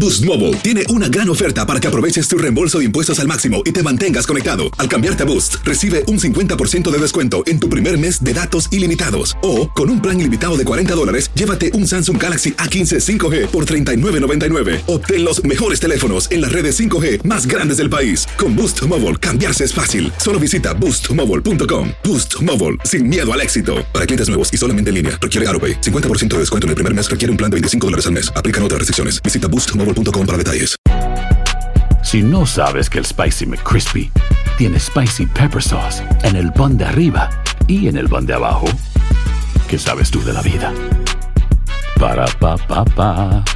Boost Mobile tiene una gran oferta para que aproveches tu reembolso de impuestos al máximo y te mantengas conectado. Al cambiarte a Boost, recibe un 50% de descuento en tu primer mes de datos ilimitados. O, con un plan ilimitado de $40, llévate un Samsung Galaxy A15 5G por $39.99. Obtén los mejores teléfonos en las redes 5G más grandes del país. Con Boost Mobile, cambiarse es fácil. Solo visita boostmobile.com. Boost Mobile, sin miedo al éxito. Para clientes nuevos y solamente en línea, requiere AutoPay. 50% de descuento en el primer mes requiere un plan de $25 al mes. Aplican otras restricciones. Visita boostmobile.com para detalles. Si no sabes que el Spicy McCrispy tiene Spicy Pepper Sauce en el pan de arriba y en el pan de abajo, ¿qué sabes tú de la vida? Para, pa, pa, pa.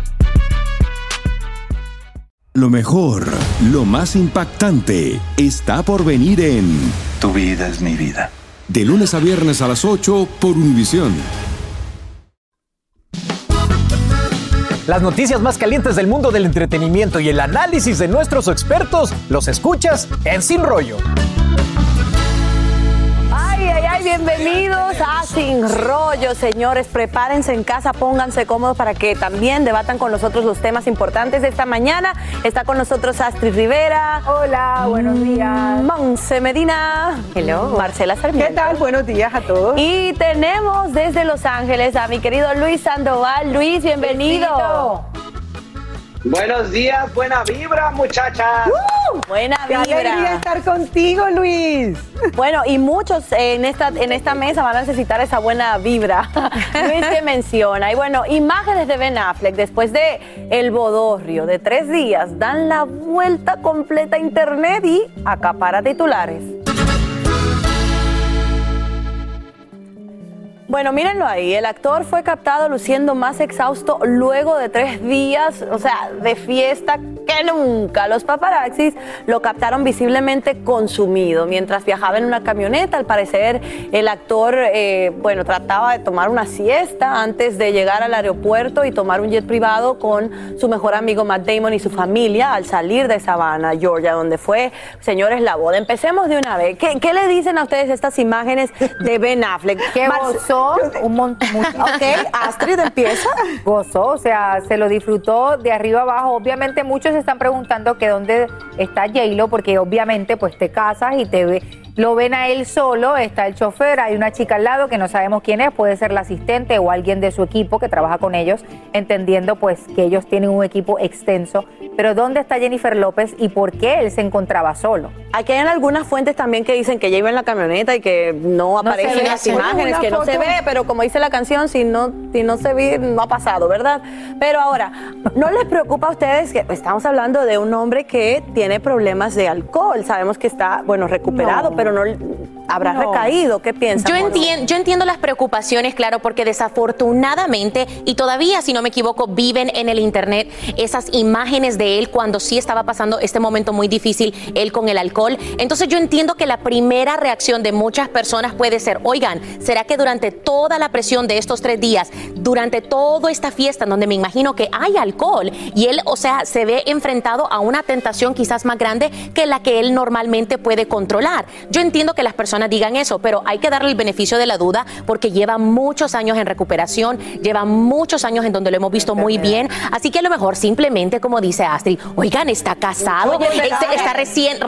Lo mejor, lo más impactante, está por venir en Tu vida es mi vida. De lunes a viernes a las 8 por Univisión. Las noticias más calientes del mundo del entretenimiento y el análisis de nuestros expertos los escuchas en Sin Rollo. Ay, bienvenidos a Sin Rollo, señores. Prepárense en casa, pónganse cómodos para que también debatan con nosotros los temas importantes de esta mañana. Está con nosotros Astrid Rivera. Hola, buenos días. Monse Medina. Hello. Marcela Sarmiento. ¿Qué tal? Buenos días a todos. Y tenemos desde Los Ángeles a mi querido Luis Sandoval. Luis, bienvenido. Buenos días, buena vibra, muchachas. Buena vibra. Qué alegría estar contigo, Luis. Bueno, y muchos en esta mesa van a necesitar esa buena vibra. Luis que menciona. Y bueno, imágenes de Ben Affleck después de el bodorrio de 3 días dan la vuelta completa a internet y acapara titulares. Bueno, mírenlo ahí, el actor fue captado luciendo más exhausto luego de 3 días, o sea, de fiesta que nunca. Los paparazzis lo captaron visiblemente consumido mientras viajaba en una camioneta. Al parecer, el actor, trataba de tomar una siesta antes de llegar al aeropuerto y tomar un jet privado con su mejor amigo Matt Damon y su familia al salir de Savannah, Georgia, donde fue, señores, la boda. Empecemos de una vez. ¿Qué le dicen a ustedes estas imágenes de Ben Affleck? ¿Qué gozó? Un montón. Ok, Astrid empieza. Gozó, o sea, se lo disfrutó de arriba abajo. Obviamente muchos se están preguntando que dónde está J-Lo, porque obviamente pues te casas y lo ven a él solo, está el chofer, hay una chica al lado que no sabemos quién es, puede ser la asistente o alguien de su equipo que trabaja con ellos, entendiendo pues que ellos tienen un equipo extenso. Pero ¿dónde está Jennifer López y por qué él se encontraba solo? Aquí hay algunas fuentes también que dicen que ella iba en la camioneta y que no aparecen las imágenes, que no se ve, pero como dice la canción, si no se ve, no ha pasado, ¿verdad? Pero ahora, ¿no les preocupa a ustedes que estamos hablando de un hombre que tiene problemas de alcohol? Sabemos que está, recuperado, pero no habrá recaído. ¿Qué piensan? Yo entiendo las preocupaciones, claro, porque desafortunadamente, y todavía, si no me equivoco, viven en el internet esas imágenes de él cuando sí estaba pasando este momento muy difícil, él con el alcohol. Entonces yo entiendo que la primera reacción de muchas personas puede ser, oigan, ¿será que durante toda la presión de estos 3 días, durante toda esta fiesta en donde me imagino que hay alcohol, y él, o sea, se ve enfrentado a una tentación quizás más grande que la que él normalmente puede controlar? Yo entiendo que las personas digan eso, pero hay que darle el beneficio de la duda porque lleva muchos años en recuperación, lleva muchos años en donde lo hemos visto muy bien, así que a lo mejor simplemente, como dice Astrid, oigan, está casado, está recién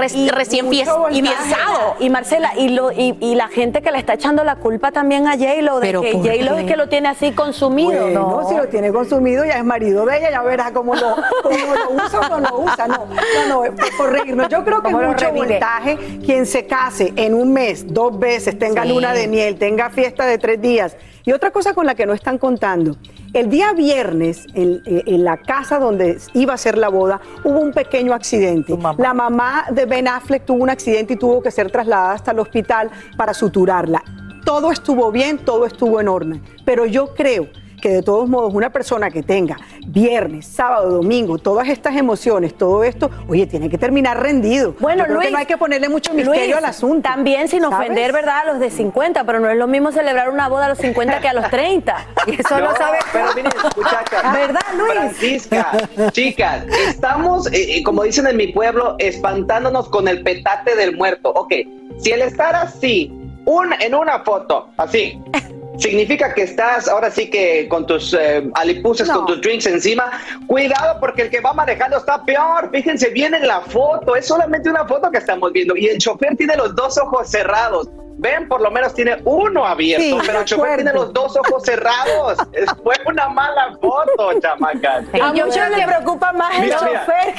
fianzado. Y Marcela, y la gente que le está echando la culpa también a J-Lo, de que J-Lo es que lo tiene así consumido. Bueno, si lo tiene consumido ya es marido de ella, ya verás cómo lo usa o no lo usa. No, por reírnos. Yo creo que es mucho voltaje quien se case en un mes, 2 veces, tenga luna de miel, tenga fiesta de 3 días. Y otra cosa con la que no están contando, el día viernes, en la casa donde iba a ser la boda, hubo un pequeño accidente. La mamá de Ben Affleck tuvo un accidente y tuvo que ser trasladada hasta el hospital para suturarla. Todo estuvo bien, todo estuvo en orden, pero yo creo que de todos modos una persona que tenga viernes, sábado, domingo, todas estas emociones, todo esto, oye, tiene que terminar rendido. Bueno, Luis, que no hay que ponerle mucho misterio al asunto. También sin ofender, ¿verdad?, a los de 50, pero no es lo mismo celebrar una boda a los 50 que a los 30. Y eso lo sabes. Pero miren, muchachas, ¿verdad, Luis? Francisca, chicas, estamos, como dicen en mi pueblo, espantándonos con el petate del muerto. Ok, si él estar así, en una foto, así, significa que estás ahora sí que con tus alipuses, con tus drinks encima. Cuidado, porque el que va manejando está peor. Fíjense bien en la foto, es solamente una foto que estamos viendo y el chofer tiene los dos ojos cerrados. Ven, por lo menos tiene uno abierto, sí, pero el chofer tiene los dos ojos cerrados. Fue una mala foto, chamacas. A muchos les preocupa más el chofer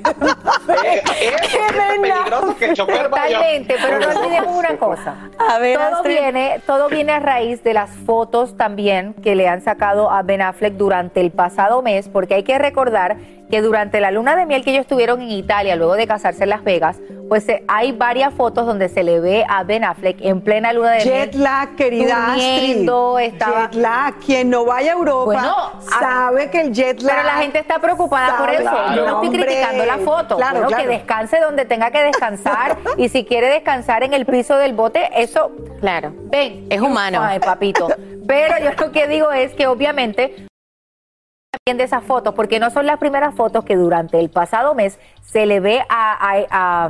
es peligroso que el chofer vaya. Totalmente, pero no olvidemos una cosa. A ver, todo viene a raíz de las fotos también que le han sacado a Ben Affleck durante el pasado mes, porque hay que recordar que durante la luna de miel que ellos tuvieron en Italia, luego de casarse en Las Vegas, pues hay varias fotos donde se le ve a Ben Affleck en plena luna de miel. Jet lag, querida Astrid. Jet lag. Quien no vaya a Europa sabe que el jet lag... Pero la gente está preocupada por eso. Claro. Yo no estoy criticando la foto. Claro. Que descanse donde tenga que descansar y si quiere descansar en el piso del bote, eso... Claro. Ven. Es humano. Ay, papito. Pero yo lo que digo es que obviamente... de esas fotos, porque no son las primeras fotos que durante el pasado mes se le ve a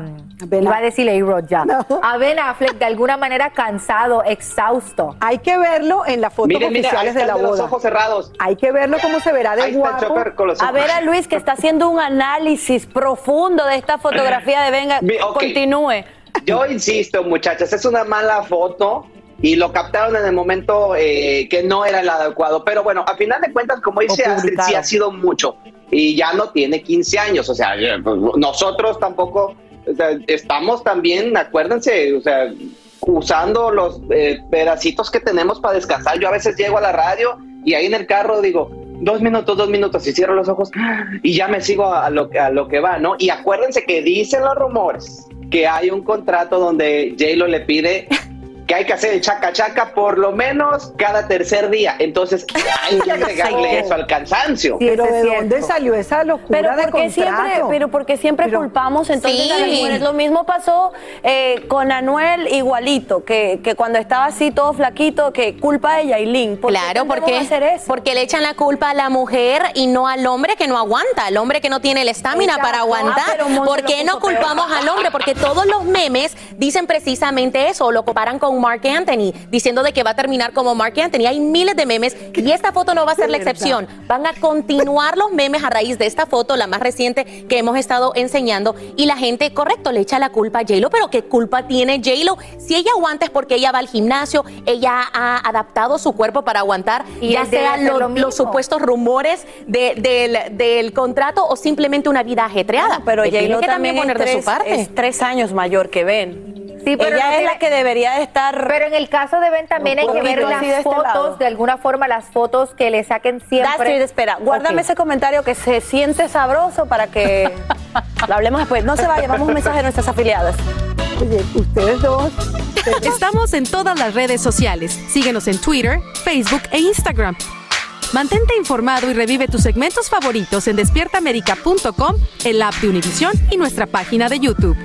Ben Affleck de alguna manera cansado, exhausto. Hay que verlo en las fotos oficiales de la boda. Los ojos cerrados. Hay que verlo cómo se verá de guapo. A ver a Luis que está haciendo un análisis profundo de esta fotografía de Venga. Continúe. Yo insisto, muchachas, es una mala foto. Y lo captaron en el momento que no era el adecuado. Pero bueno, a final de cuentas, como dice Astrid, sí ha sido mucho. Y ya no tiene 15 años. O sea, nosotros tampoco estamos también, acuérdense, o sea, usando los pedacitos que tenemos para descansar. Yo a veces llego a la radio y ahí en el carro digo, 2 minutos, y cierro los ojos y ya me sigo a lo que va, ¿no? Y acuérdense que dicen los rumores que hay un contrato donde J-Lo le pide... que hay que hacer el chaca por lo menos cada tercer día. Entonces hay que agregarle eso al cansancio. Sí, pero ¿de dónde salió esa locura de contrato? Pero porque siempre culpamos entonces a las mujeres. Lo mismo pasó con Anuel igualito, que cuando estaba así todo flaquito, que culpa de Yailin. Claro, porque le echan la culpa a la mujer y no al hombre que no aguanta, al hombre que no tiene la estamina para aguantar. ¿Por qué no culpamos al hombre? Porque todos los memes dicen precisamente eso, lo comparan con Marc Anthony, diciendo de que va a terminar como Marc Anthony. Hay miles de memes y esta foto no va a ser la excepción. Van a continuar los memes a raíz de esta foto, la más reciente que hemos estado enseñando, y la gente, correcto, le echa la culpa a J-Lo, pero ¿qué culpa tiene J-Lo? Si ella aguanta es porque ella va al gimnasio, ella ha adaptado su cuerpo para aguantar, y ya sea los supuestos rumores del contrato o simplemente una vida ajetreada. No, pero J-Lo también poner de su parte. Es 3 años mayor que Ben. Sí, pero ella es la que debería de estar... Pero en el caso de Ben también hay que ver las fotos, de alguna forma las fotos que le saquen siempre. Astrid, espera, guárdame ese comentario que se siente sabroso para que lo hablemos después. No se vaya, vamos a un mensaje de nuestras afiliadas. Oye, ustedes dos... Estamos en todas las redes sociales. Síguenos en Twitter, Facebook e Instagram. Mantente informado y revive tus segmentos favoritos en despiertaamerica.com, el app de Univision y nuestra página de YouTube.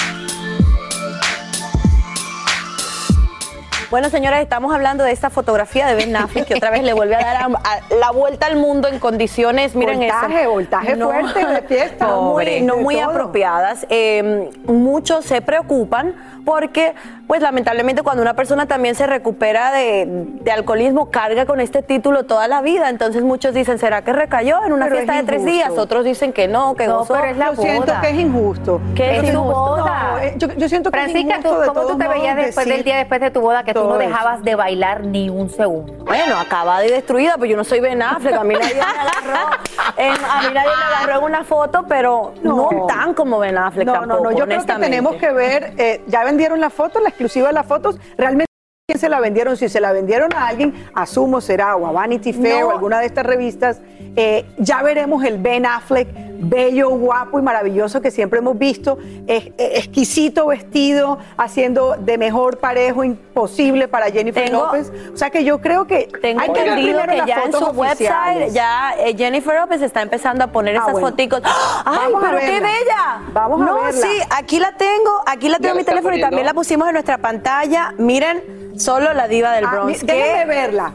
Bueno, señoras, estamos hablando de esta fotografía de Ben Affleck que otra vez le vuelve a dar la vuelta al mundo en condiciones, miren voltaje fuerte de fiesta. No muy apropiadas. Muchos se preocupan porque, pues lamentablemente cuando una persona también se recupera de alcoholismo, carga con este título toda la vida. Entonces muchos dicen, ¿será que recayó en una fiesta de 3 días? Otros dicen que no, que gozó. Pero es la boda. Yo siento que es injusto. ¿Qué es tu boda? No, yo siento que Francisca, es injusto. ¿cómo tú te veías después del día después de tu boda que tú no dejabas de bailar ni un segundo? Bueno, acabada y destruida, pues yo no soy Ben Affleck, a mí nadie me agarró en una foto, pero no tan como Ben Affleck tampoco. No, yo creo que tenemos que ver, ya vendieron la foto, la exclusiva de las fotos, realmente ¿quién se la vendieron? Si se la vendieron a alguien, asumo será o a Vanity Fair o alguna de estas revistas, ya veremos el Ben Affleck bello, guapo y maravilloso que siempre hemos visto, exquisito vestido, haciendo de mejor parejo imposible para Jennifer López. O sea que yo creo que tengo entendido que ya en su website ya Jennifer López está empezando a poner esas foticos. ¡Ay, pero qué bella! Vamos a verla. Sí, aquí la tengo en mi teléfono y también la pusimos en nuestra pantalla. Miren, solo la diva del Bronx. Déjenme verla.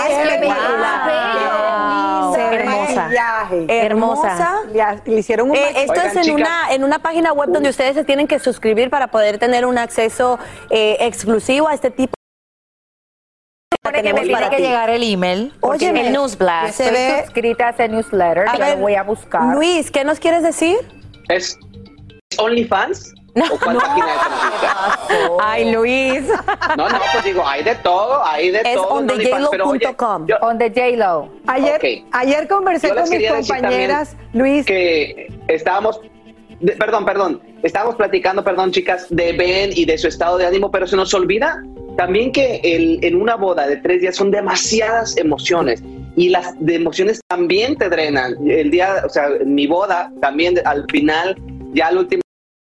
Hermosa. Le hicieron un esto es en una página web donde ustedes se tienen que suscribir para poder tener un acceso exclusivo a este tipo que me tiene que llegar el email. Oye, el newsblast. Se ve suscrita a ese newsletter. Ya lo voy a buscar. Luis, ¿qué nos quieres decir? ¿Es OnlyFans? ¿O cuál página es? Ay, Luis. No, pues digo, hay de todo, Es todo. ondejlo.com. On the J-Lo. Ayer conversé con mis compañeras, Luis. Que estábamos platicando, chicas, de Ben y de su estado de ánimo, pero se nos olvida también que en una boda de 3 días son demasiadas emociones. Y las de emociones también te drenan. El día, o sea, mi boda también al final, ya al último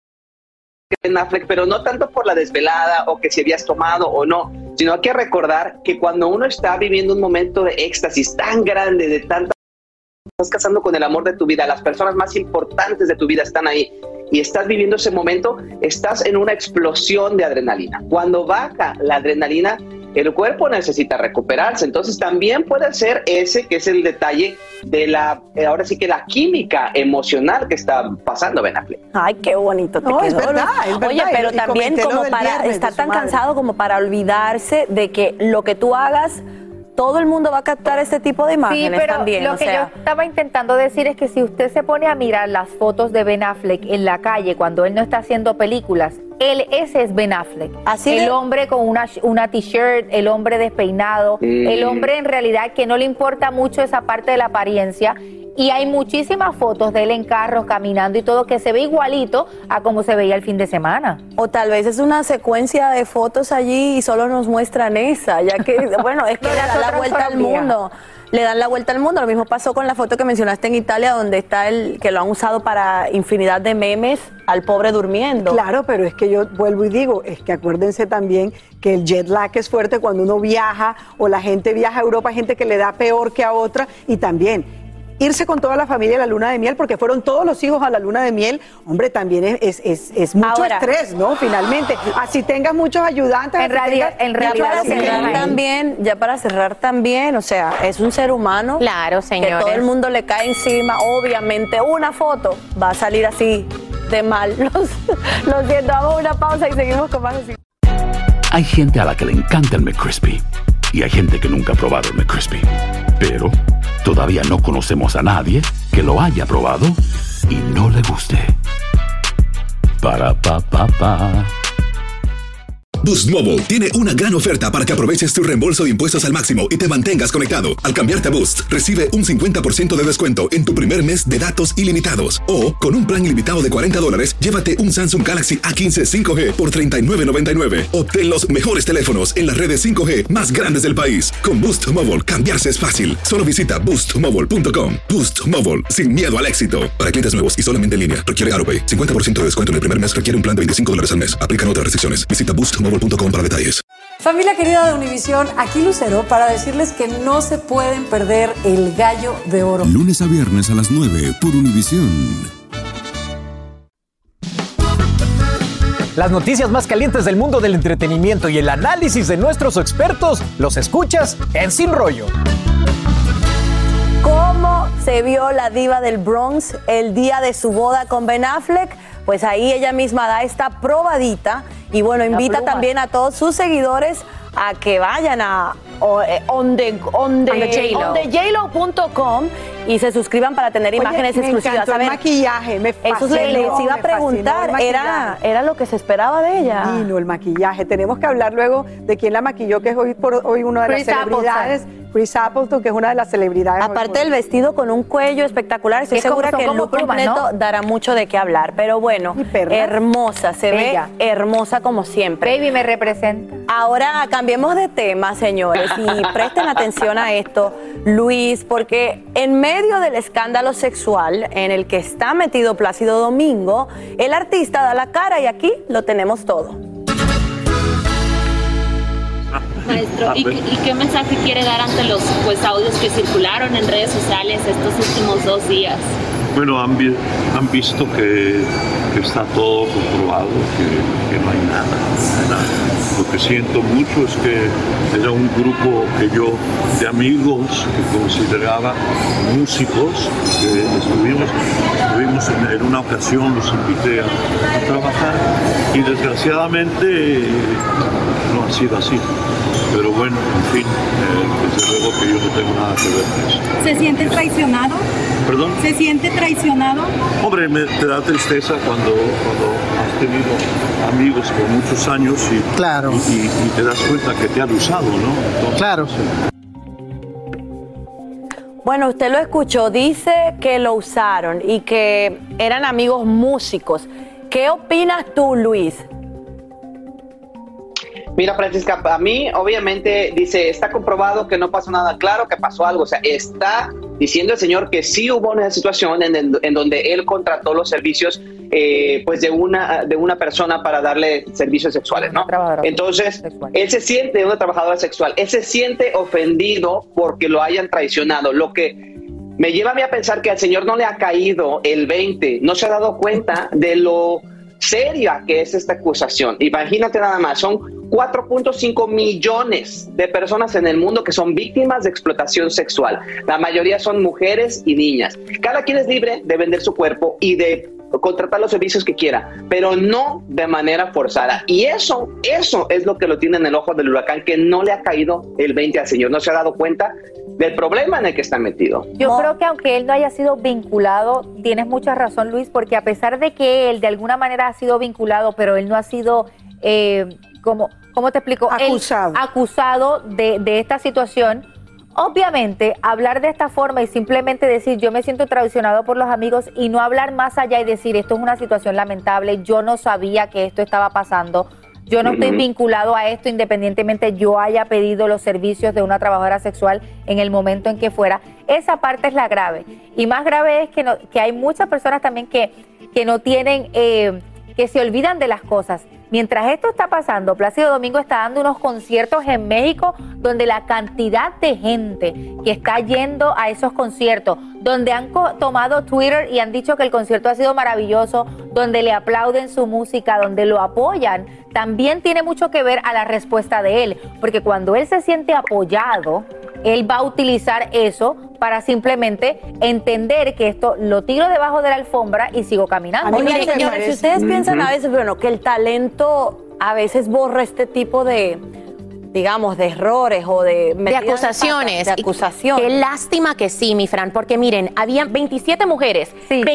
Ben Affleck, pero no tanto por la desvelada o que si habías tomado o no, sino hay que recordar que cuando uno está viviendo un momento de éxtasis tan grande, de tanta, estás casando con el amor de tu vida, las personas más importantes de tu vida están ahí y estás viviendo ese momento, estás en una explosión de adrenalina. Cuando baja la adrenalina, el cuerpo necesita recuperarse. Entonces también puede ser ese que es el detalle de ahora sí que la química emocional que está pasando Ben Affleck. Ay, qué bonito te quedó. Es verdad. Oye, pero también como para estar tan cansado como para olvidarse de que lo que tú hagas, todo el mundo va a captar este tipo de imágenes. Sí, pero también. Lo que yo estaba intentando decir es que si usted se pone a mirar las fotos de Ben Affleck en la calle cuando él no está haciendo películas, ese es Ben Affleck. El hombre con una t-shirt, el hombre despeinado, el hombre en realidad que no le importa mucho esa parte de la apariencia. Y hay muchísimas fotos de él en carros, caminando y todo, que se ve igualito a como se veía el fin de semana. O tal vez es una secuencia de fotos allí y solo nos muestran esa, ya que, bueno, es que le dan la vuelta al mundo. Le dan la vuelta al mundo. Lo mismo pasó con la foto que mencionaste en Italia, donde está que lo han usado para infinidad de memes, al pobre durmiendo. Claro, pero es que yo vuelvo y digo, es que acuérdense también que el jet lag es fuerte cuando uno viaja o la gente viaja a Europa, hay gente que le da peor que a otra, y también irse con toda la familia a la luna de miel, porque fueron todos los hijos a la luna de miel, hombre, también es mucho estrés, ¿no? Finalmente, así tengas muchos ayudantes. En realidad ya para cerrar también, o sea, es un ser humano. Claro, señores. Que todo el mundo le cae encima, obviamente una foto va a salir así de mal. Lo siento, damos una pausa y seguimos con más así. Hay gente a la que le encanta el McCrispy y hay gente que nunca ha probado el McCrispy, pero todavía no conocemos a nadie que lo haya probado y no le guste. Para pa pa pa. Boost Mobile tiene una gran oferta para que aproveches tu reembolso de impuestos al máximo y te mantengas conectado. Al cambiarte a Boost, recibe un 50% de descuento en tu primer mes de datos ilimitados. O, con un plan ilimitado de $40, llévate un Samsung Galaxy A15 5G por $39.99. Obtén los mejores teléfonos en las redes 5G más grandes del país. Con Boost Mobile, cambiarse es fácil. Solo visita boostmobile.com. Boost Mobile, sin miedo al éxito. Para clientes nuevos y solamente en línea, requiere AutoPay. 50% de descuento en el primer mes requiere un plan de $25 al mes. Aplican otras restricciones. Visita boostmobile.com para detalles. Familia querida de Univisión, aquí Lucero para decirles que no se pueden perder el Gallo de Oro. Lunes a viernes a las 9 por Univisión. Las noticias más calientes del mundo del entretenimiento y el análisis de nuestros expertos los escuchas en Sin Rollo. ¿Cómo se vio la diva del Bronx el día de su boda con Ben Affleck? Pues ahí ella misma da esta probadita y bueno, invita también a todos sus seguidores a que vayan a ondejlo.com y se suscriban para tener imágenes exclusivas. El maquillaje, me fascinó. Eso les iba a preguntar, era lo que se esperaba de ella. Divino el maquillaje. Tenemos que hablar luego de quién la maquilló, que es hoy una de las celebridades. Chris Appleton, que es una de las celebridades. Aparte del vestido con un cuello espectacular, estoy segura que el look completo dará mucho de qué hablar. Pero bueno, hermosa, se ve hermosa como siempre. Baby me representa. Ahora cambiemos de tema, señores, y presten atención a esto, Luis, porque en medio del escándalo sexual en el que está metido Plácido Domingo, el artista da la cara y aquí lo tenemos todo. Maestro, ¿y qué mensaje quiere dar ante los audios que circularon en redes sociales estos últimos 2 días? Bueno, han visto que está todo comprobado, que no hay nada. Lo que siento mucho es que era un grupo de amigos que consideraba músicos, que estuvimos en una ocasión, los invité a trabajar y desgraciadamente no ha sido así. Pero bueno, en fin, desde luego que yo no tengo nada que ver con eso. ¿Se siente traicionado? ¿Perdón? ¿Se siente traicionado? Hombre, te da tristeza cuando has tenido amigos por muchos años y te das cuenta que te han usado, ¿no? Entonces, claro. Bueno, usted lo escuchó, dice que lo usaron y que eran amigos músicos. ¿Qué opinas tú, Luis? Mira, Francisca, a mí obviamente dice, está comprobado que no pasó nada, claro que pasó algo, o sea, está diciendo el señor que sí hubo una situación en donde él contrató los servicios pues de una persona para darle servicios sexuales, ¿no? Entonces, él se siente una trabajadora sexual, él se siente ofendido porque lo hayan traicionado, lo que me lleva a mí a pensar que al señor no le ha caído el 20, no se ha dado cuenta de lo seria que es esta acusación. Imagínate nada más, son 4.5 millones de personas en el mundo que son víctimas de explotación sexual. La mayoría son mujeres y niñas. Cada quien es libre de vender su cuerpo y de contratar los servicios que quiera, pero no de manera forzada. Y eso es lo que lo tiene en el ojo del huracán, que no le ha caído el 20 al señor, no se ha dado cuenta del problema en el que está metido. Yo creo que aunque él no haya sido vinculado, tienes mucha razón, Luis, porque a pesar de que él de alguna manera ha sido vinculado, pero él no ha sido, ¿cómo te explico? Acusado de esta situación. Obviamente, hablar de esta forma y simplemente decir yo me siento traicionado por los amigos y no hablar más allá y decir esto es una situación lamentable, yo no sabía que esto estaba pasando, yo no estoy vinculado a esto independientemente yo haya pedido los servicios de una trabajadora sexual en el momento en que fuera. Esa parte es la grave. Y más grave es que hay muchas personas también que no tienen, que se olvidan de las cosas. Mientras esto está pasando, Plácido Domingo está dando unos conciertos en México donde la cantidad de gente que está yendo a esos conciertos, donde han tomado Twitter y han dicho que el concierto ha sido maravilloso, donde le aplauden su música, donde lo apoyan, también tiene mucho que ver a la respuesta de él, porque cuando él se siente apoyado, él va a utilizar eso para simplemente entender que esto lo tiro debajo de la alfombra y sigo caminando. Oye, señores, si ustedes piensan a veces, bueno, que el talento a veces borra este tipo de, digamos, de errores o de acusaciones. De acusaciones. Qué lástima que sí, mi Fran, porque miren, había 27 mujeres,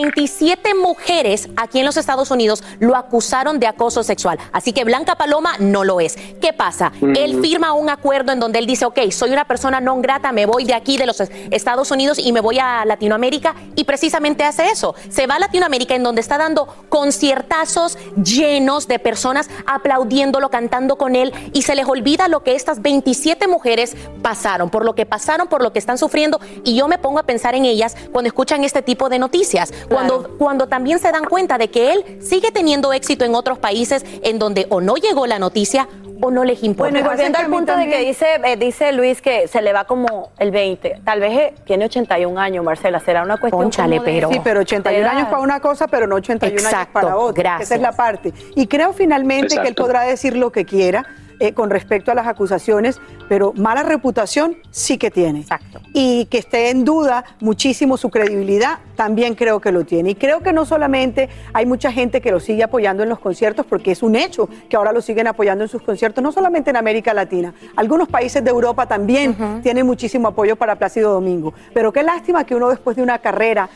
27 mujeres aquí en los Estados Unidos lo acusaron de acoso sexual. Así que Blanca Paloma no lo es. ¿Qué pasa? Él firma un acuerdo en donde él dice, ok, soy una persona non grata, me voy de aquí, de los Estados Unidos y me voy a Latinoamérica, y precisamente hace eso. Se va a Latinoamérica en donde está dando conciertazos llenos de personas aplaudiéndolo, cantando con él, y se les olvida lo que estas 27 mujeres pasaron, por lo que están sufriendo, y yo me pongo a pensar en ellas cuando escuchan este tipo de noticias, cuando también se dan cuenta de que él sigue teniendo éxito en otros países en donde o no llegó la noticia o no les importa. Bueno, y volviendo al punto de que dice Luis que se le va como el 20, tal vez tiene 81 años, Marcela, será una cuestión Sí, pero 81 años para una cosa, pero no 81 años para otra. Gracias. Esa es la parte. Y creo finalmente que él podrá decir lo que quiera con respecto a las acusaciones, pero mala reputación sí que tiene. Exacto. Y que esté en duda muchísimo su credibilidad, también creo que lo tiene. Y creo que no solamente hay mucha gente que lo sigue apoyando en los conciertos, porque es un hecho que ahora lo siguen apoyando en sus conciertos, no solamente en América Latina. Algunos países de Europa también tienen muchísimo apoyo para Plácido Domingo. Pero qué lástima que uno, después de una carrera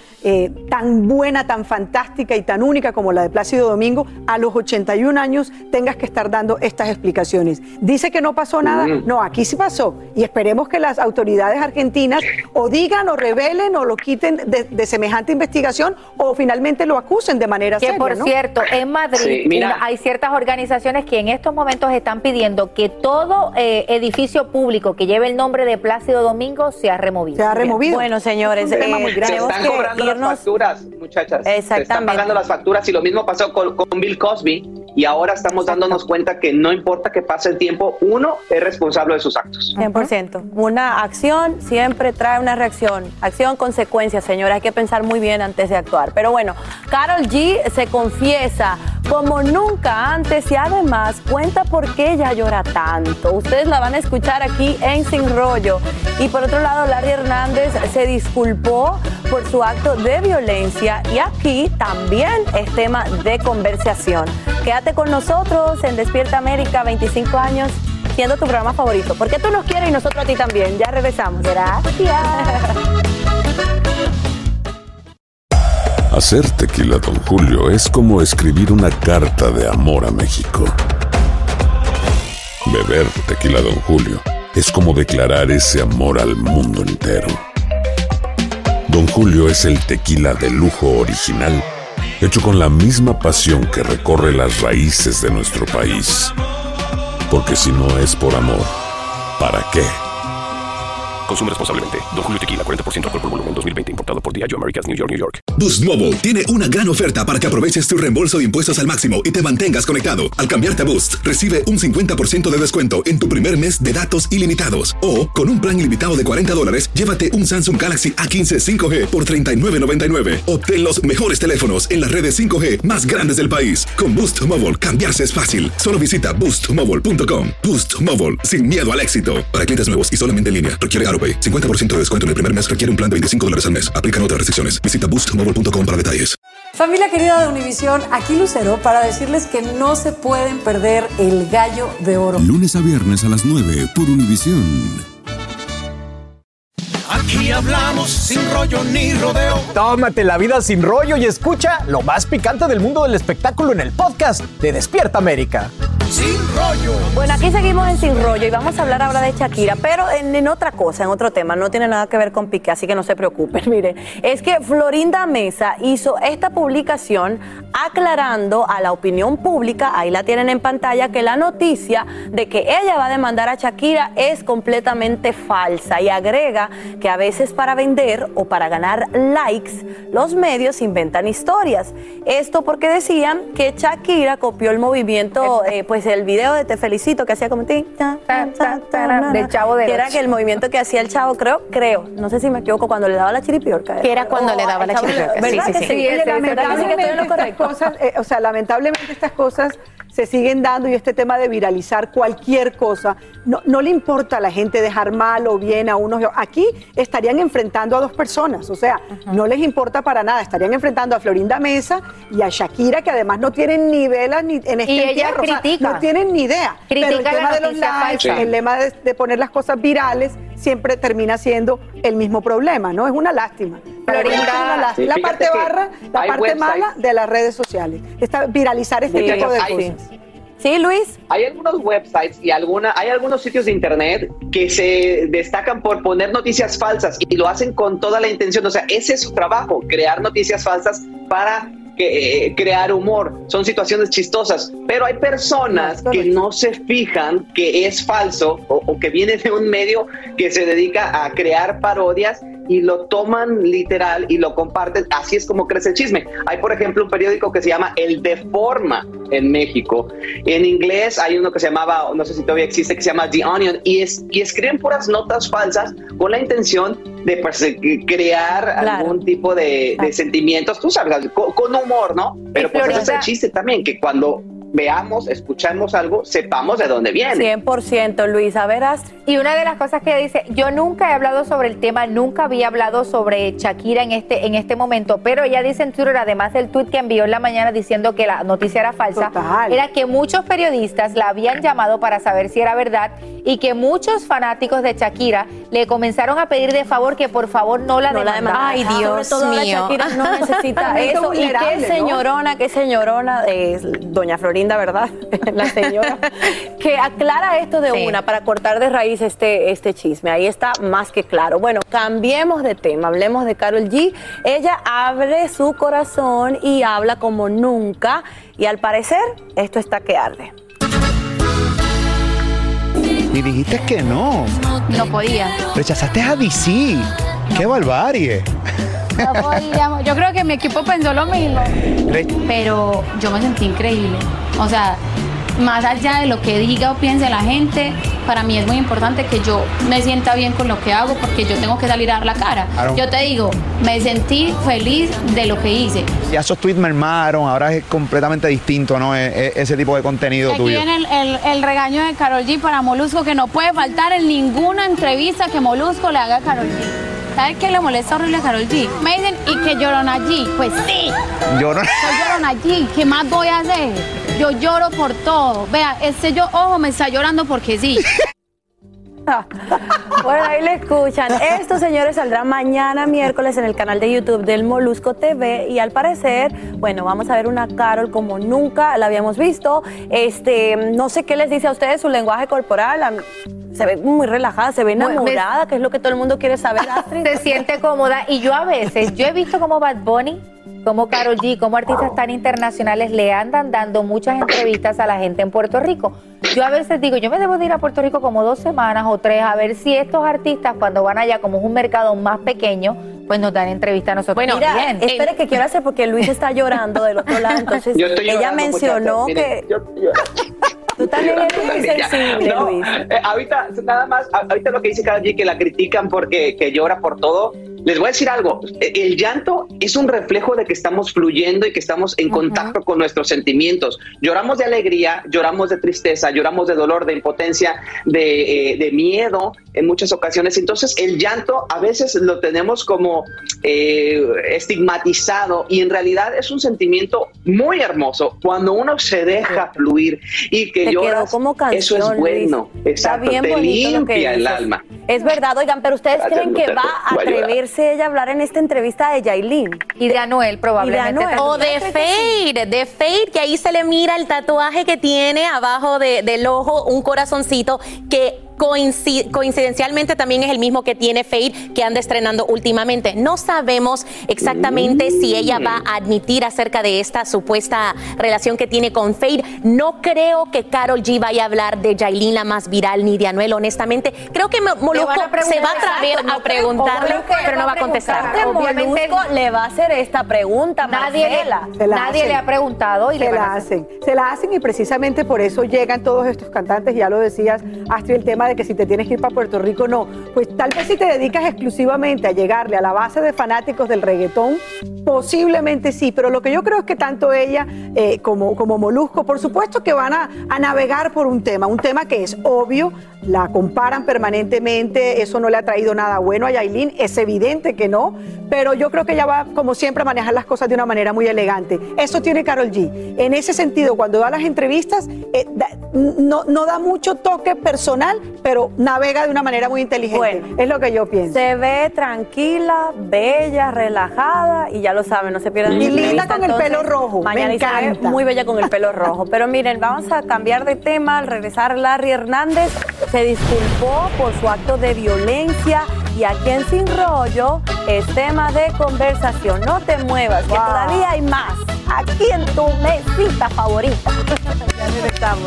tan buena, tan fantástica y tan única como la de Plácido Domingo, a los 81 años tengas que estar dando estas explicaciones. Dice que no pasó nada. No, aquí sí pasó. Y esperemos que las autoridades argentinas o digan o revelen o lo quiten de semejante investigación, o finalmente lo acusen de manera seria. Que por cierto, en Madrid hay ciertas organizaciones que en estos momentos están pidiendo que todo edificio público que lleve el nombre de Plácido Domingo sea removido. Se ha removido. Bueno, señores, se están cobrando las facturas, muchachas. Exactamente. Se están pagando las facturas, y lo mismo pasó con Bill Cosby, y ahora estamos dándonos cuenta que no importa que pase el tiempo, uno es responsable de sus actos. 100%. Una acción siempre trae una reacción. Acción, consecuencia, señora. Hay que pensar muy bien antes de actuar. Pero bueno, Karol G se confiesa como nunca antes y además cuenta por qué ella llora tanto. Ustedes la van a escuchar aquí en Sin Rollo. Y por otro lado, Larry Hernández se disculpó por su acto de violencia, y aquí también es tema de conversación. Quédate con nosotros en Despierta América, 25 años siendo tu programa favorito. Porque tú nos quieres y nosotros a ti también. Ya regresamos. Gracias. Hacer tequila Don Julio es como escribir una carta de amor a México. Beber tequila Don Julio es como declarar ese amor al mundo entero. Don Julio es el tequila de lujo original, hecho con la misma pasión que recorre las raíces de nuestro país. Porque si no es por amor, ¿para qué? Consume responsablemente. Don Julio Tequila, 40% alcohol por volumen, 2020. Importado por Diageo Americas, New York, New York. Boost Mobile tiene una gran oferta para que aproveches tu reembolso de impuestos al máximo y te mantengas conectado. Al cambiarte a Boost, recibe un 50% de descuento en tu primer mes de datos ilimitados. O, con un plan ilimitado de $40, llévate un Samsung Galaxy A15 5G por $39.99. Obtén los mejores teléfonos en las redes 5G más grandes del país. Con Boost Mobile, cambiarse es fácil. Solo visita boostmobile.com. Boost Mobile, sin miedo al éxito. Para clientes nuevos y solamente en línea, requiere AroPay. 50% de descuento en el primer mes requiere un plan de $25 al mes. Aplican otras restricciones. Visita boostmobile.com para detalles. Familia querida de Univisión, aquí Lucero para decirles que no se pueden perder el Gallo de Oro. Lunes a viernes a las 9 por Univisión. Aquí hablamos sin rollo ni rodeo. Tómate la vida sin rollo y escucha lo más picante del mundo del espectáculo en el podcast de Despierta América. Sin rollo. Bueno, aquí seguimos en Sin Rollo y vamos a hablar ahora de Shakira, pero en otra cosa, en otro tema. No tiene nada que ver con Piqué, así que no se preocupen. Miren, es que Florinda Mesa hizo esta publicación aclarando a la opinión pública, ahí la tienen en pantalla, que la noticia de que ella va a demandar a Shakira es completamente falsa y agrega que a veces para vender o para ganar likes, los medios inventan historias. Esto porque decían que Shakira copió el movimiento, pues el video de Te Felicito que hacía como del Chavo del que era Ocho. que el movimiento que hacía el Chavo, creo, no sé si me equivoco, cuando le daba la chiripiorca. Que era cuando le daba la chiripiorca. ¿Verdad que sí? Lamentablemente estas cosas se siguen dando y este tema de viralizar cualquier cosa, no le importa a la gente dejar mal o bien a unos. Aquí estarían enfrentando a dos personas, o sea, no les importa para nada, estarían enfrentando a Florinda Mesa y a Shakira, que además no tienen ni velas ni en este Y ella entierro, critica. o sea, no tienen ni idea. Critica Pero el la tema de los noticia likes, falsa. el lema de poner las cosas virales, siempre termina siendo el mismo problema, ¿no? Es una lástima. Florinda, La parte barra, la hay parte websites. mala de las redes sociales. Viralizar este tipo de cosas. Sí, Luis. Hay algunos websites y hay algunos sitios de internet que se destacan por poner noticias falsas y lo hacen con toda la intención. O sea, ese es su trabajo, crear noticias falsas para crear humor. Son situaciones chistosas, pero hay personas que no se fijan que es falso o que viene de un medio que se dedica a crear parodias y lo toman literal y lo comparten. Así es como crece el chisme. Hay, por ejemplo, un periódico que se llama El Deforma en México. En inglés hay uno que se llamaba, no sé si todavía existe, que se llama The Onion, y escriben puras notas falsas con la intención de pues, crear algún tipo de sentimientos, tú sabes, con humor, ¿no? Pero pues ese es el chiste también, que cuando veamos, escuchamos algo, sepamos de dónde viene. 100%, Luis. A ver, Astrid. Y una de las cosas que dice, yo nunca he hablado sobre el tema, nunca había hablado sobre Shakira en este momento, pero ella dice en Twitter, además del tweet que envió en la mañana diciendo que la noticia era falsa, era que muchos periodistas la habían llamado para saber si era verdad y que muchos fanáticos de Shakira le comenzaron a pedir de favor que por favor no la demandara. Ay, Dios mío. Shakira no necesita eso. Y qué señorona es doña Florinda, ¿verdad? La señora que aclara esto de una para cortar de raíz este chisme. Ahí está más que claro. Bueno, cambiemos de tema, hablemos de Karol G. Ella abre su corazón y habla como nunca y al parecer esto está que arde. Y dijiste que no. No podía. Rechazaste a DC. ¡Qué barbarie! No podíamos. Yo creo que mi equipo pensó lo mismo. Pero yo me sentí increíble. O sea, más allá de lo que diga o piense la gente, para mí es muy importante que yo me sienta bien con lo que hago porque yo tengo que salir a dar la cara. Claro. Yo te digo, me sentí feliz de lo que hice. Ya esos tweets mermaron, ahora es completamente distinto, ¿no? Ese tipo de contenido Aquí tuyo. viene el regaño de Karol G para Molusco, que no puede faltar en ninguna entrevista que Molusco le haga a Karol G. ¿Sabes qué le molesta horrible a Karol G? Me dicen, ¿y que Llorona G? Pues sí. Llorona. Soy Llorona G. ¿Qué más voy a hacer? Yo lloro por todo. Vea, ojo, me está llorando porque sí. Bueno, ahí le escuchan. Estos señores saldrán mañana miércoles en el canal de YouTube del Molusco TV y al parecer, bueno, vamos a ver una Karol como nunca la habíamos visto. No sé qué les dice a ustedes su lenguaje corporal. Se ve muy relajada, se ve enamorada, que es lo que todo el mundo quiere saber, Astrid. Se siente cómoda y yo he visto como Bad Bunny, como Karol G, como artistas tan internacionales le andan dando muchas entrevistas a la gente en Puerto Rico. Yo a veces digo, yo me debo de ir a Puerto Rico como 2 semanas o 3 a ver si estos artistas cuando van allá, como es un mercado más pequeño, pues nos dan entrevista a nosotros. Bueno, mira, espere que quiero hacer porque Luis está llorando del otro lado, entonces ella mencionó que... Tú también eres muy sensible, Luis. Ahorita lo que dice Karol G, que la critican porque que llora por todo. Les voy a decir algo, el llanto es un reflejo de que estamos fluyendo y que estamos en contacto con nuestros sentimientos. Lloramos de alegría, lloramos de tristeza, lloramos de dolor, de impotencia, de miedo en muchas ocasiones. Entonces el llanto a veces lo tenemos como estigmatizado y en realidad es un sentimiento muy hermoso cuando uno se deja fluir y que lloras, como canción, eso es bueno. Luis. Exacto, te limpia el alma. Es verdad, oigan, pero ¿ustedes creen que va a atreverse ella a hablar en esta entrevista de Yailin? Y de Anuel, probablemente. O de Fade, que ahí se le mira el tatuaje que tiene abajo del ojo, un corazoncito que coincidencialmente también es el mismo que tiene Fade, que anda estrenando últimamente. No sabemos exactamente si ella va a admitir acerca de esta supuesta relación que tiene con Fade. No creo que Karol G vaya a hablar de Yailin, la más viral, ni de Anuel, honestamente. Creo que Molusco se va a atrever a preguntarle, pero no va a contestar. Molusco le va a hacer esta pregunta, Nadie le ha preguntado y se la hacen y precisamente por eso llegan todos estos cantantes, ya lo decías, Astrid, el tema de que si te tienes que ir para Puerto Rico, no. Pues tal vez si te dedicas exclusivamente a llegarle a la base de fanáticos del reggaetón, posiblemente sí, pero lo que yo creo es que tanto ella como Molusco, por supuesto que van a navegar por un tema que es obvio, la comparan permanentemente, eso no le ha traído nada bueno a Yailin, es evidente que no, pero yo creo que ella va, como siempre, a manejar las cosas de una manera muy elegante. Eso tiene Karol G. En ese sentido, cuando da las entrevistas, no da mucho toque personal, pero navega de una manera muy inteligente. Bueno, es lo que yo pienso. Se ve tranquila, bella, relajada, y ya lo saben, no se pierdan. Y linda con el pelo rojo, mañana me encanta. Se ve muy bella con el pelo rojo. Pero miren, vamos a cambiar de tema. Al regresar, Larry Hernández se disculpó por su acto de violencia y aquí en Sin Rollo es tema de conversación. No te muevas, que todavía hay más aquí en tu mesita favorita. Ya regresamos.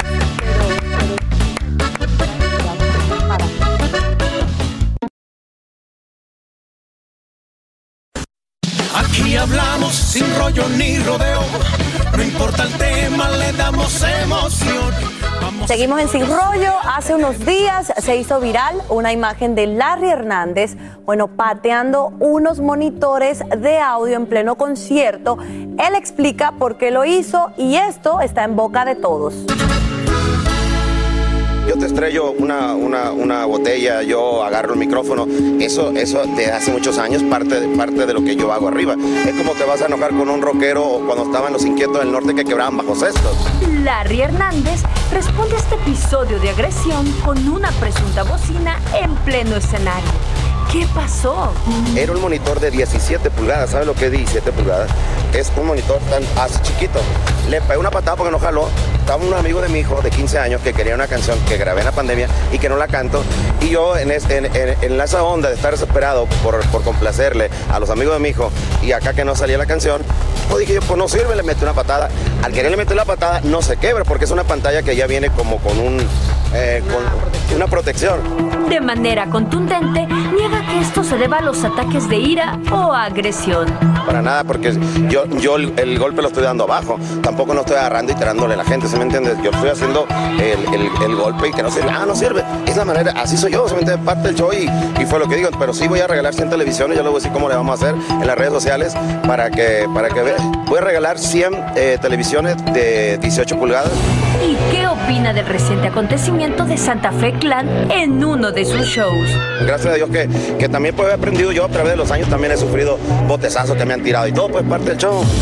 Aquí hablamos sin rollo ni rodeo. No importa el tema, le damos emoción. Seguimos en Sin Rollo. Hace unos días se hizo viral una imagen de Larry Hernández, pateando unos monitores de audio en pleno concierto. Él explica por qué lo hizo y esto está en boca de todos. Yo te estrello una botella, yo agarro el micrófono, eso de hace muchos años parte de lo que yo hago arriba. Es como te vas a enojar con un rockero o cuando estaban los Inquietos del Norte que quebraban bajo cestos. Larry Hernández responde a este episodio de agresión con una presunta bocina en pleno escenario. ¿Qué pasó? Era un monitor de 17 pulgadas, ¿sabes lo que es 17 pulgadas? Es un monitor tan así chiquito. Le pegué una patada porque no jaló. Estaba un amigo de mi hijo de 15 años que quería una canción que grabé en la pandemia y que no la canto. Y yo en esa onda de estar desesperado por complacerle a los amigos de mi hijo y acá que no salía la canción, pues dije yo, pues no sirve, le metí una patada. Al quererle meter la patada no se quebra porque es una pantalla que ya viene como con una protección. De manera contundente, niega que esto se deba a los ataques de ira o agresión. Para nada, porque yo el golpe lo estoy dando abajo. Tampoco no estoy agarrando y tirándole a la gente, ¿se me entiende? Yo estoy haciendo el golpe y que no sirve. No sirve. Es la manera, así soy yo, se me entiende, parte del show y fue lo que digo. Pero sí voy a regalar 100 televisiones, yo les voy a decir cómo le vamos a hacer en las redes sociales para que vean. Voy a regalar 100 televisiones de 18 pulgadas. ¿Y qué opina del reciente acontecimiento de Santa Fe Clan en uno de sus shows? Gracias a Dios que también pues he aprendido yo a través de los años, también he sufrido botezazos que me han tirado y todo pues parte del show.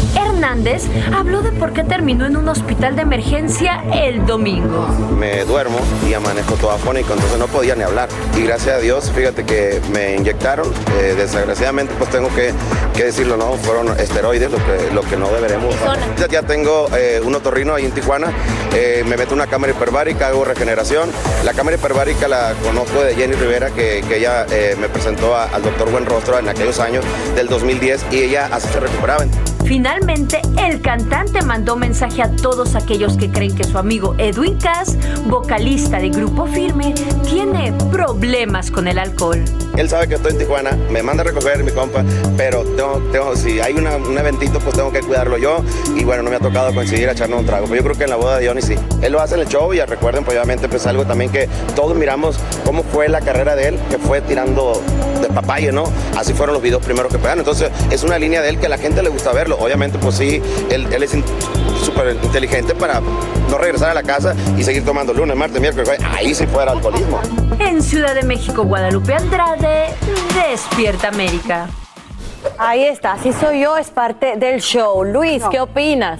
Hernández habló de por qué terminó en un hospital de emergencia el domingo. Me duermo y amanezco todo afónico, entonces no podía ni hablar. Y gracias a Dios, fíjate que me inyectaron. Desgraciadamente, pues tengo que decirlo, ¿no? Fueron esteroides, lo que no deberemos. Ya tengo un otorrino ahí en Tijuana. Me meto en una cámara hiperbárica, hago regeneración. La cámara hiperbárica la conozco de Jenny Rivera, que ella me presentó al doctor Buenrostro en aquellos años del 2010 y ella así se recuperaba. Finalmente, el cantante mandó mensaje a todos aquellos que creen que su amigo Edwin Cass, vocalista de Grupo Firme, tiene problemas con el alcohol. Él sabe que estoy en Tijuana, me manda a recoger mi compa, pero si hay un eventito, pues tengo que cuidarlo yo. Y bueno, no me ha tocado coincidir a echarnos un trago, pero yo creo que en la boda de Johnny sí. Él lo hace en el show y recuerden, pues obviamente, pues algo también que todos miramos cómo fue la carrera de él, que fue tirando de papaya, ¿no? Así fueron los videos primeros que pegaron. Entonces, es una línea de él que a la gente le gusta verlo. Obviamente, pues sí, él es súper inteligente para no regresar a la casa y seguir tomando lunes, martes, miércoles, ahí sí fuera alcoholismo. En Ciudad de México, Guadalupe Andrade, Despierta América. Ahí está, así soy yo, es parte del show. Luis, ¿qué opinas?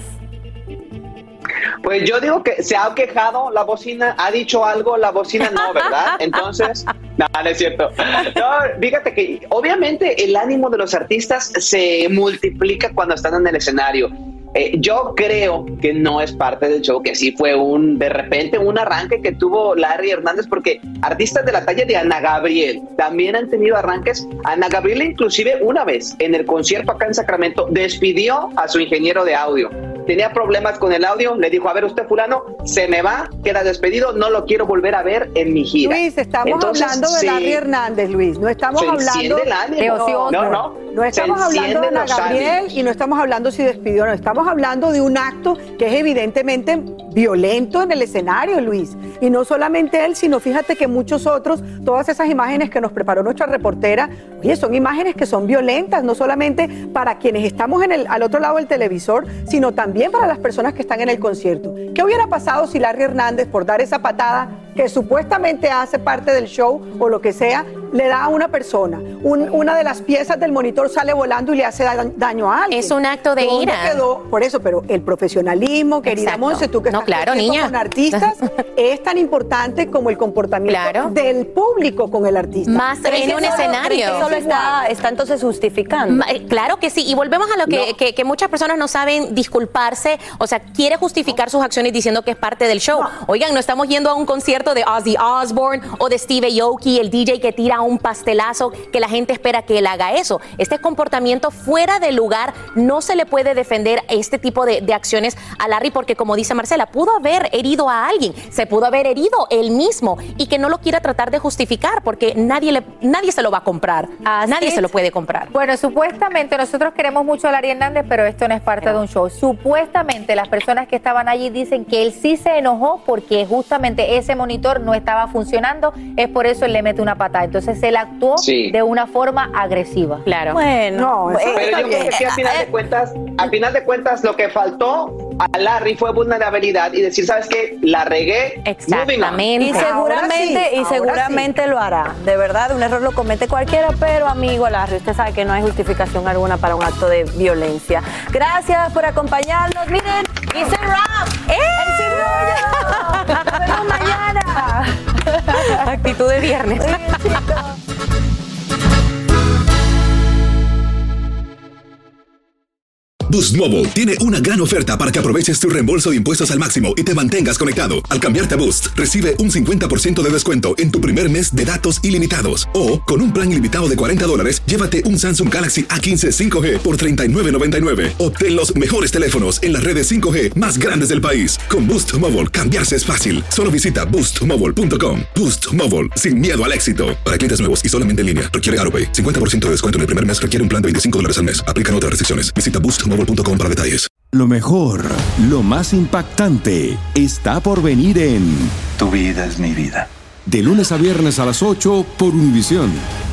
Pues yo digo que se ha quejado la bocina, ha dicho algo, la bocina no, ¿verdad? Entonces, no es cierto. No, fíjate que obviamente el ánimo de los artistas se multiplica cuando están en el escenario. Yo creo que no es parte del show, que sí fue de repente un arranque que tuvo Larry Hernández, porque artistas de la talla de Ana Gabriel también han tenido arranques. Ana Gabriel inclusive una vez en el concierto acá en Sacramento despidió a su ingeniero de audio. Tenía problemas con el audio, le dijo, a ver usted fulano, se me va, queda despedido, no lo quiero volver a ver en mi gira. Luis, estamos hablando de Larry Hernández, Luis, no estamos hablando de No estamos hablando de Ana Gabriel y no estamos hablando si despidió, no, estamos hablando de un acto que es evidentemente violento en el escenario, Luis. Y no solamente él, sino fíjate que muchos otros, todas esas imágenes que nos preparó nuestra reportera, oye, son imágenes que son violentas, no solamente para quienes estamos al otro lado del televisor, sino también para las personas que están en el concierto. ¿Qué hubiera pasado si Larry Hernández, por dar esa patada que supuestamente hace parte del show o lo que sea, le da a una persona? Una de las piezas del monitor sale volando y le hace daño a alguien. Es un acto de ira. Quedó? Por eso, pero el profesionalismo, querida Monse, tú que estás con artistas, es tan importante como el comportamiento del público con el artista. Más en un escenario. Eso lo está entonces justificando. Claro que sí, y volvemos a lo que muchas personas no saben disculparse, o sea, quiere justificar sus acciones diciendo que es parte del show. Oigan, no estamos yendo a un concierto de Ozzy Osbourne o de Steve Aoki, el DJ que tira un pastelazo, que la gente espera que él haga eso. Este comportamiento fuera de lugar, no se le puede defender este tipo de acciones a Larry, porque como dice Marcela, pudo haber herido a alguien, se pudo haber herido él mismo, y que no lo quiera tratar de justificar, porque nadie se lo va a comprar, nadie se lo puede comprar. Bueno, supuestamente nosotros queremos mucho a Larry Hernández, pero esto no es parte de un show. Supuestamente las personas que estaban allí dicen que él sí se enojó porque justamente ese monitor no estaba funcionando, es por eso él le mete una patada. Entonces él actuó de una forma agresiva. Claro. Bueno, pero yo creo que sí, a final de cuentas, lo que faltó a Larry fue vulnerabilidad y decir, ¿sabes qué? La regué. Exactamente. Y seguramente lo hará. De verdad, un error lo comete cualquiera, pero amigo Larry, usted sabe que no hay justificación alguna para un acto de violencia. Gracias por acompañarnos. Miren, hice rap. Nos vemos mañana. Actitud de viernes. Boost Mobile tiene una gran oferta para que aproveches tu reembolso de impuestos al máximo y te mantengas conectado. Al cambiarte a Boost, recibe un 50% de descuento en tu primer mes de datos ilimitados. O, con un plan ilimitado de $40, llévate un Samsung Galaxy A15 5G por $39.99. Obtén los mejores teléfonos en las redes 5G más grandes del país. Con Boost Mobile, cambiarse es fácil. Solo visita boostmobile.com. Boost Mobile, sin miedo al éxito. Para clientes nuevos y solamente en línea, requiere AutoPay. 50% de descuento en el primer mes requiere un plan de $25 al mes. Aplican otras restricciones. Visita boostmobile.com para detalles. Lo mejor, lo más impactante, está por venir en Tu vida es mi vida. De lunes a viernes a las 8 por Univisión.